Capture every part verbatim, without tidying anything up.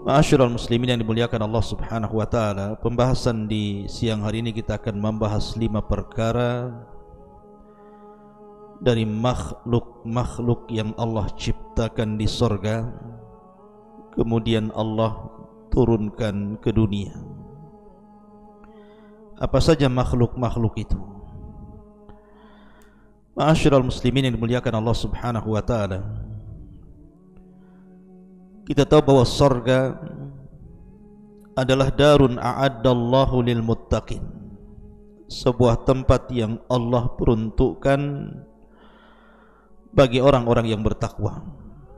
Ma'asyiral muslimin yang dimuliakan Allah Subhanahu wa taala, pembahasan di siang hari ini kita akan membahas lima perkara dari makhluk-makhluk yang Allah ciptakan di sorga, kemudian Allah turunkan ke dunia. Apa saja makhluk-makhluk itu? Ma'asyiral muslimin yang dimuliakan Allah Subhanahu wa taala, kita tahu bahwa sorga adalah darun a'addallahu lil muttaqin, sebuah tempat yang Allah peruntukkan bagi orang-orang yang bertakwa.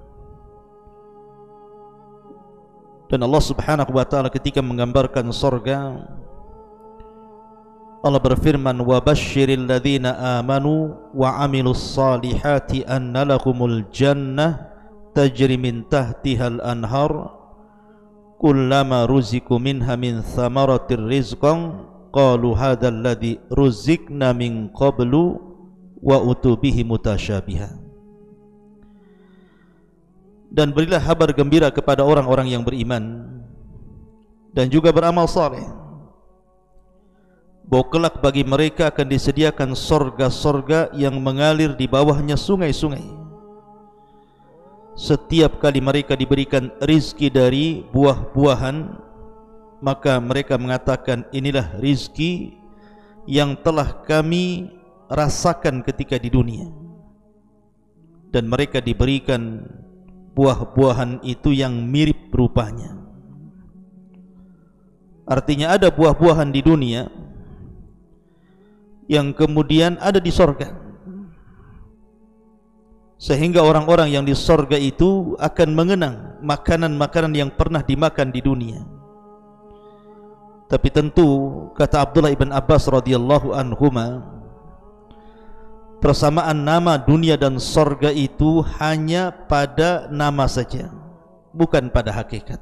Dan Allah Subhanahu wa taala ketika menggambarkan sorga, Allah berfirman, wa basyiril ladzina amanu wa amilus salihati anna lahumul jannah tajri min tahtihal anhar kullama ruziku minha min thamaratir rizqan qalu hadzal ladzi ruzikna min qablu wa utubihi mutasyabiha. Dan berilah kabar gembira kepada orang-orang yang beriman dan juga beramal saleh, bahwa kelak bagi mereka akan disediakan sorga-sorga yang mengalir di bawahnya sungai-sungai. Setiap kali mereka diberikan rizki dari buah-buahan, maka mereka mengatakan, inilah rizki yang telah kami rasakan ketika di dunia. Dan mereka diberikan buah-buahan itu yang mirip rupanya. Artinya ada buah-buahan di dunia yang kemudian ada di sorga, sehingga orang-orang yang di sorga itu akan mengenang makanan-makanan yang pernah dimakan di dunia. Tapi tentu kata Abdullah ibn Abbas radhiyallahu anhuma, persamaan nama dunia dan sorga itu hanya pada nama saja, bukan pada hakikat.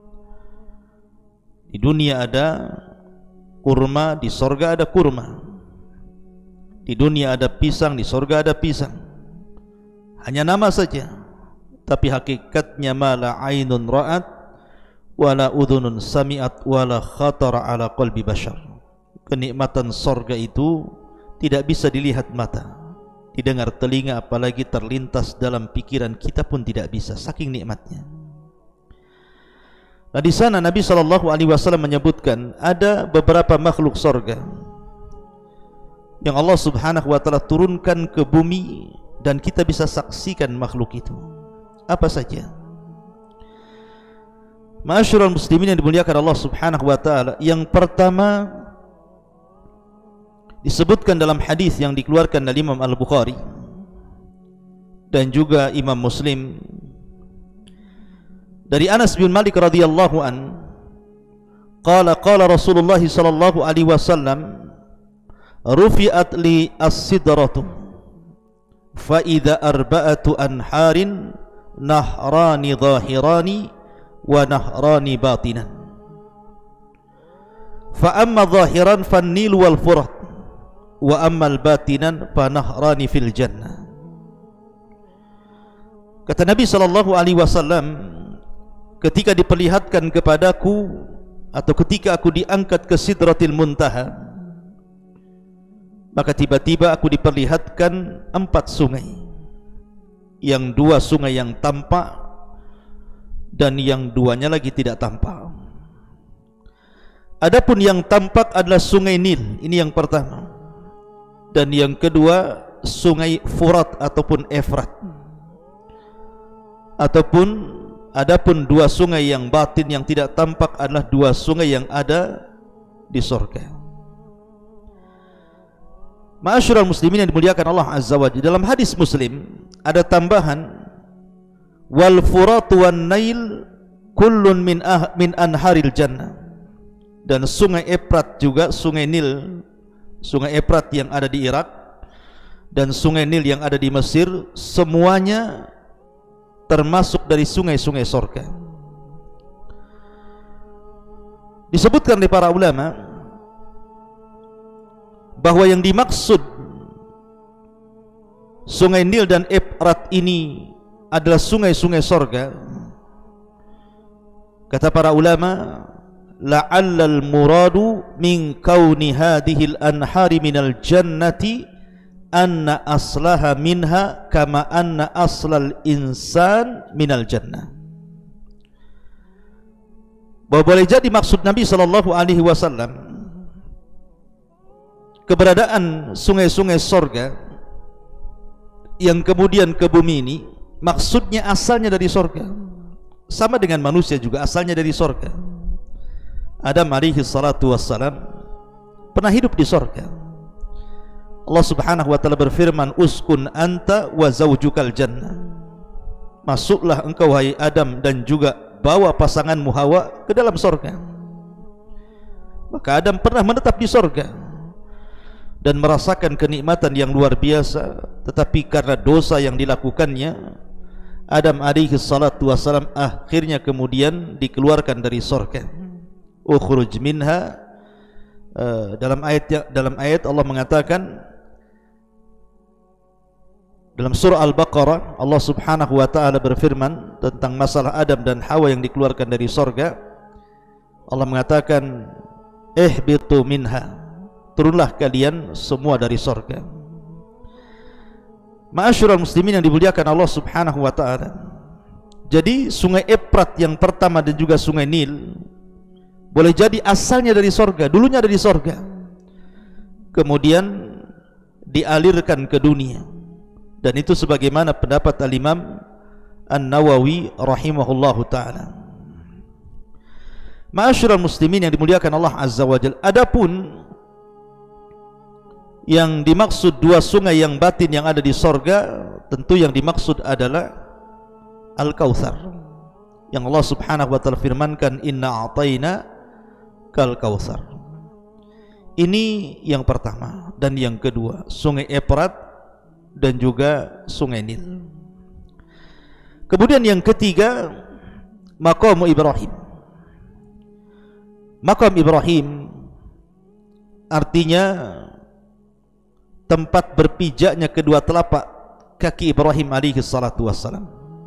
Di dunia ada kurma, di sorga ada kurma. Di dunia ada pisang, di sorga ada pisang. Hanya nama saja, tapi hakikatnya mala ainun ra'at wala udhunun sami'at wala khatara ala qalbi bashar. Kenikmatan sorga itu tidak bisa dilihat mata, didengar telinga, apalagi terlintas dalam pikiran kita pun tidak bisa, saking nikmatnya. Nah, di sana Nabi shallallahu alaihi wasallam menyebutkan ada beberapa makhluk sorga yang Allah Subhanahu wa taala turunkan ke bumi dan kita bisa saksikan makhluk itu. Apa saja? Ma'asyiral muslimin yang dimuliakan Allah Subhanahu wa taala, yang pertama disebutkan dalam hadis yang dikeluarkan dari Imam Al-Bukhari dan juga Imam Muslim dari Anas bin Malik radhiyallahu an, qala qala Rasulullah sallallahu alaihi wasallam, rufi'at li as-sidratu fa idza arba'atu anharin nahrani zahirani wa nahrani batinan, fa amma zahiran fan nil wal furat wa amma al batinan fa nahrani fil jannah. Kata Nabi sallallahu alaihi wasallam, ketika diperlihatkan kepadaku atau ketika aku diangkat ke Sidratil Muntaha, maka tiba-tiba aku diperlihatkan empat sungai, yang dua sungai yang tampak dan yang duanya lagi tidak tampak. Adapun yang tampak adalah sungai Nil, ini yang pertama, dan yang kedua sungai Furat ataupun Efrat. Ataupun adapun dua sungai yang batin yang tidak tampak adalah dua sungai yang ada di surga. Ma'asyiral muslimin yang dimuliakan Allah Azza wa Jalla, dalam hadis Muslim ada tambahan, wal furatu wan nail kullun min ah, min anharil jannah. Dan sungai Efrat juga, sungai Nil, sungai Efrat yang ada di Irak dan sungai Nil yang ada di Mesir, semuanya termasuk dari sungai-sungai surga. Disebutkan oleh para ulama bahwa yang dimaksud sungai Nil dan Efrat ini adalah sungai-sungai sorga Kata para ulama, la'allal muradu min kauni hadhil anhari minal jannati anna aslaha minha kama anna aslal insan minal jannah. Bahwa boleh jadi maksud Nabi sallallahu alaihi wasallam keberadaan sungai-sungai sorga yang kemudian ke bumi ini, maksudnya asalnya dari sorga. Sama dengan manusia juga asalnya dari sorga. Adam alaihi salatu wassalam pernah hidup di sorga. Allah subhanahu wa ta'ala berfirman, uskun anta wa zawjukal jannah. Masuklah engkau wahai Adam dan juga bawa pasanganmu Hawa ke dalam sorga. Maka Adam pernah menetap di sorga dan merasakan kenikmatan yang luar biasa. Tetapi karena dosa yang dilakukannya, Adam alaihi salatu wassalam akhirnya kemudian dikeluarkan dari sorga. Ukhruj minha, uh, dalam ayat dalam ayat Allah mengatakan dalam surah Al-Baqarah, Allah subhanahu wa ta'ala berfirman tentang masalah Adam dan Hawa yang dikeluarkan dari sorga. Allah mengatakan, ihbitu minha, turunlah kalian semua dari sorga. Ma'asyiral muslimin yang dimuliakan Allah subhanahu wa ta'ala, jadi sungai Efrat yang pertama dan juga sungai Nil boleh jadi asalnya dari sorga, dulunya dari sorga, kemudian dialirkan ke dunia. Dan itu sebagaimana pendapat Al-Imam An-Nawawi rahimahullahu ta'ala. Ma'asyiral muslimin yang dimuliakan Allah azza wa jalla, adapun yang dimaksud dua sungai yang batin yang ada di sorga, tentu yang dimaksud adalah Al-Kautsar, yang Allah subhanahu wa ta'ala firmankan, inna a'tayna kal kautsar. Ini yang pertama. Dan yang kedua, sungai Efrat dan juga sungai Nil. Kemudian yang ketiga, maqam Ibrahim. Maqam Ibrahim artinya tempat berpijaknya kedua telapak kaki Ibrahim alaihi salatu wassalam.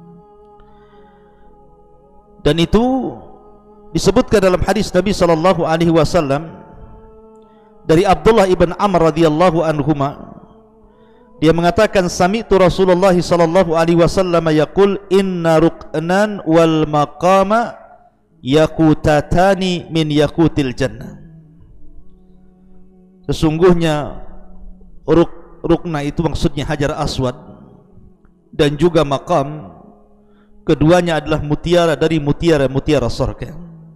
Dan itu disebutkan dalam hadis Nabi sallallahu alaihi wasallam dari Abdullah ibn Amr radhiyallahu anhuma. Dia mengatakan, sami'tu Rasulullah sallallahu alaihi wasallam yaqul, inna ruknan wal maqama yaqutatani min yaqutil jannah. Sesungguhnya Ruk, rukna itu maksudnya Hajar Aswad, dan juga maqam, keduanya adalah mutiara dari mutiara-mutiara surga.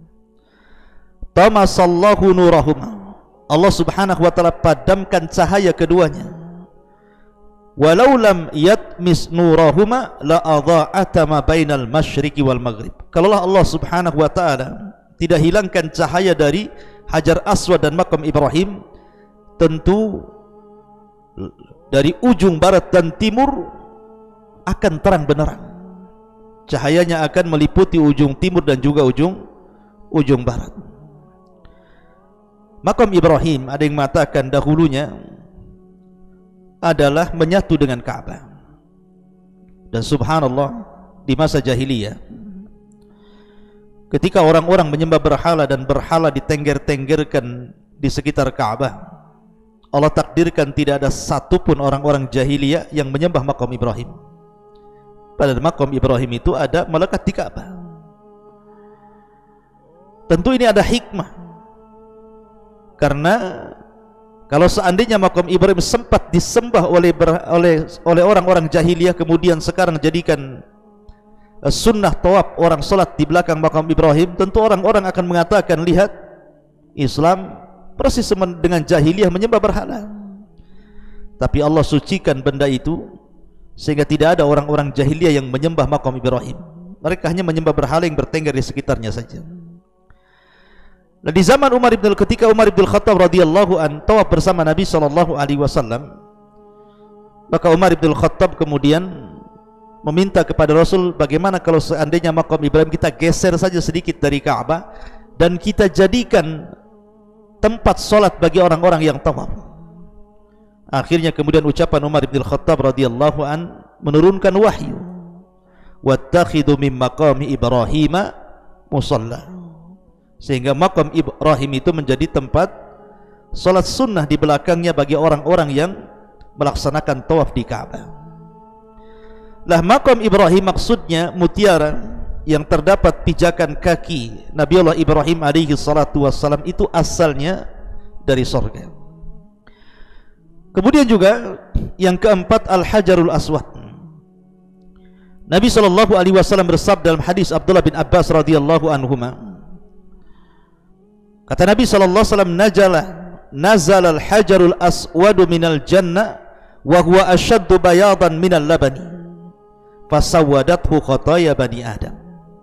Tamasallahu nurahuma, Allah subhanahu wa ta'ala padamkan cahaya keduanya. Walau lam yatmis nurahuma la adha'ata ma bainal masyriqi wal maghrib. Kalaulah Allah subhanahu wa ta'ala tidak hilangkan cahaya dari Hajar Aswad dan maqam Ibrahim, tentu dari ujung barat dan timur akan terang benderang. Cahayanya akan meliputi ujung timur dan juga ujung ujung barat. Maqam Ibrahim, ada yang mengatakan dahulunya adalah menyatu dengan Ka'bah. Dan subhanallah, di masa jahiliyah, ketika orang-orang menyembah berhala dan berhala ditengger-tenggerkan di sekitar Ka'bah, Allah takdirkan tidak ada satupun orang-orang jahiliyah yang menyembah maqam Ibrahim. Pada maqam Ibrahim itu ada melekat di Ka'bah. Tentu ini ada hikmah, karena kalau seandainya maqam Ibrahim sempat disembah oleh oleh oleh orang-orang jahiliyah, kemudian sekarang jadikan sunnah tawaf orang salat di belakang maqam Ibrahim, tentu orang-orang akan mengatakan, lihat, Islam persis dengan jahiliyah menyembah berhala. Tapi Allah sucikan benda itu sehingga tidak ada orang-orang jahiliyah yang menyembah maqam Ibrahim. Mereka hanya menyembah berhala yang bertengger di sekitarnya saja. Nah, di zaman Umar ibn ketika Umar ibn Khattab radhiyallahu an tawaf bersama Nabi sallallahu alaihi wasallam, maka Umar ibn Khattab kemudian meminta kepada Rasul, bagaimana kalau seandainya maqam Ibrahim kita geser saja sedikit dari Ka'bah dan kita jadikan tempat solat bagi orang-orang yang tawaf. Akhirnya kemudian ucapan Umar bin Khattab radhiyallahu an menurunkan wahyu, wattakhidhu min maqami Ibrahim musalla, sehingga makam Ibrahim itu menjadi tempat salat sunnah di belakangnya bagi orang-orang yang melaksanakan tawaf di Ka'bah. Lah makam Ibrahim maksudnya mutiara yang terdapat pijakan kaki Nabiullah Ibrahim alaihi salatu wassalam itu asalnya dari sorga. Kemudian juga yang keempat, Al-Hajarul Aswad. Nabi sallallahu alaihi wasallam bersabda dalam hadis Abdullah bin Abbas radhiyallahu anhuma, kata Nabi sallallahu alaihi wasallam, najala nazal al-hajarul aswadu minal jannah wa huwa ashaddu bayadan minal labani fasawwadathu khataya bani Adam.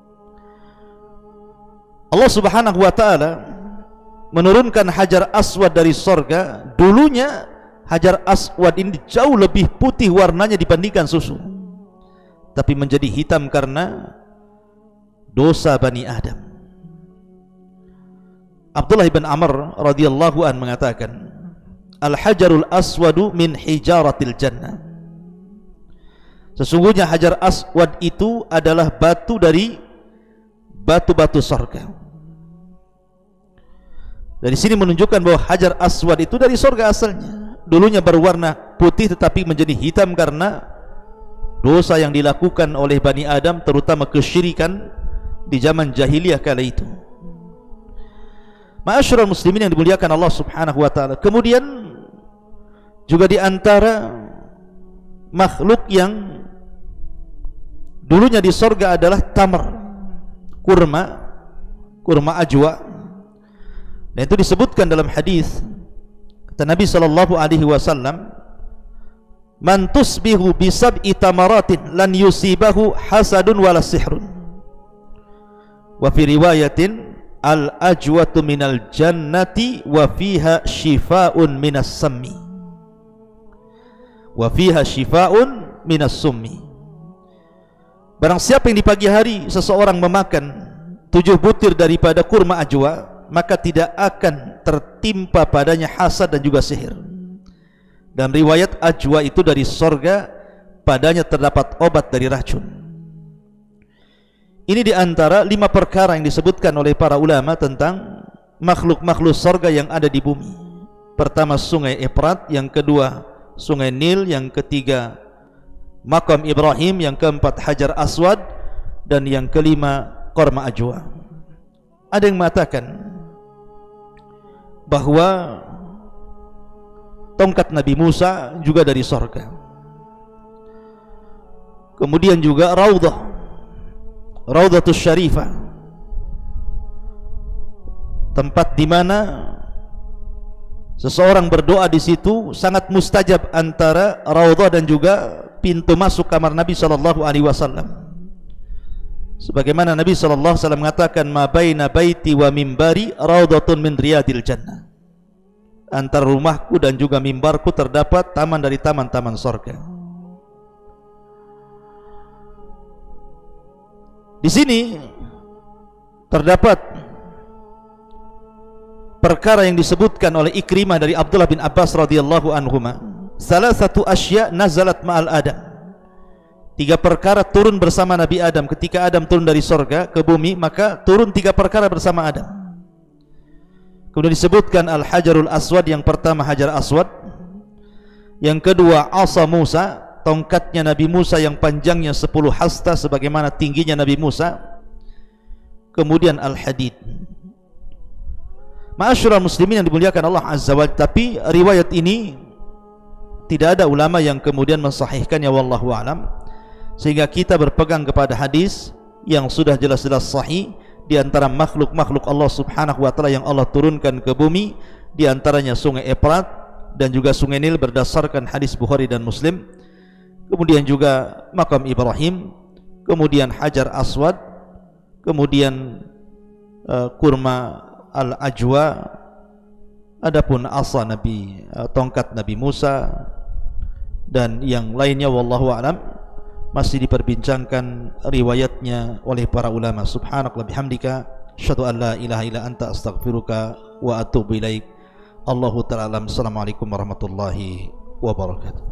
Allah subhanahu wa ta'ala menurunkan hajar aswad dari sorga. Dulunya hajar aswad ini jauh lebih putih warnanya dibandingkan susu, tapi menjadi hitam karena dosa Bani Adam. Abdullah bin Amr radhiyallahu an mengatakan, Al-Hajarul Aswadu min hijaratil jannah. Sesungguhnya hajar aswad itu adalah batu dari batu-batu surga. Dari sini menunjukkan bahwa hajar aswad itu dari surga asalnya. Dulunya berwarna putih tetapi menjadi hitam karena dosa yang dilakukan oleh Bani Adam, terutama kesyirikan di zaman jahiliyah kala itu. Ma'asyiral muslimin yang dimuliakan Allah subhanahu wa ta'ala. Kemudian juga di antara makhluk yang dulunya di surga adalah tamar, kurma, kurma ajwa. Dan itu disebutkan dalam hadis kata Nabi sallallahu alaihi wasallam, man tusbihu bisab'i tamaratin lan yusibahu hasadun wala sihrun. Wa fi riwayatin al ajwatu minal jannati wa fiha shifaa'un minas sammi. Wa fiha shifaa'un minas summi. Barang siapa yang di pagi hari seseorang memakan tujuh butir daripada kurma ajwa, maka tidak akan tertimpa padanya hasad dan juga sihir. Dalam riwayat, ajwa itu dari sorga, padanya terdapat obat dari racun. Ini diantara lima perkara yang disebutkan oleh para ulama tentang makhluk-makhluk sorga yang ada di bumi. Pertama sungai Efrat, yang kedua sungai Nil, yang ketiga makam Ibrahim, yang keempat hajar aswad, dan yang kelima korma ajwa. Ada yang mengatakan bahwa tongkat Nabi Musa juga dari sorga. Kemudian juga Raudhah, Raudhatus Syarifah, tempat di mana seseorang berdoa di situ sangat mustajab, antara Raudhah dan juga pintu masuk kamar Nabi sallallahu alaihi wasallam. Sebagaimana Nabi sallallahu alaihi wasallam mengatakan, ma baina baiti wa mimbari raudhatun min riyadil jannah. Antara rumahku dan juga mimbarku terdapat taman dari taman-taman surga. Di sini terdapat perkara yang disebutkan oleh Ikrimah dari Abdullah bin Abbas radhiyallahu anhuma. Salah satu asya nazalat ma'al Adam. Tiga perkara turun bersama Nabi Adam. Ketika Adam turun dari sorga ke bumi, maka turun tiga perkara bersama Adam. Kemudian disebutkan Al-Hajarul Aswad. Yang pertama hajar aswad, yang kedua asa Musa, tongkatnya Nabi Musa yang panjangnya sepuluh hasta sebagaimana tingginya Nabi Musa. Kemudian Al-Hadid. Ma'asyiral muslimin yang dimuliakan Allah Azza wa Jalla, tapi riwayat ini tidak ada ulama yang kemudian mensahihkannya, wallahu a'lam. Sehingga kita berpegang kepada hadis yang sudah jelas-jelas sahih. Di antara makhluk-makhluk Allah subhanahu wa ta'ala yang Allah turunkan ke bumi, di antaranya sungai Efrat dan juga sungai Nil berdasarkan hadis Bukhari dan Muslim. Kemudian juga makam Ibrahim, kemudian hajar aswad, kemudian uh, kurma al-ajwa, adapun asa Nabi, uh, tongkat Nabi Musa, dan yang lainnya wallahu a'lam masih diperbincangkan riwayatnya oleh para ulama. Subhanallah bihamdika, asyhadu an la ilaha illa anta, astaghfiruka wa atubu ilaik. Allahu ta'ala alam. Assalamualaikum warahmatullahi wabarakatuh.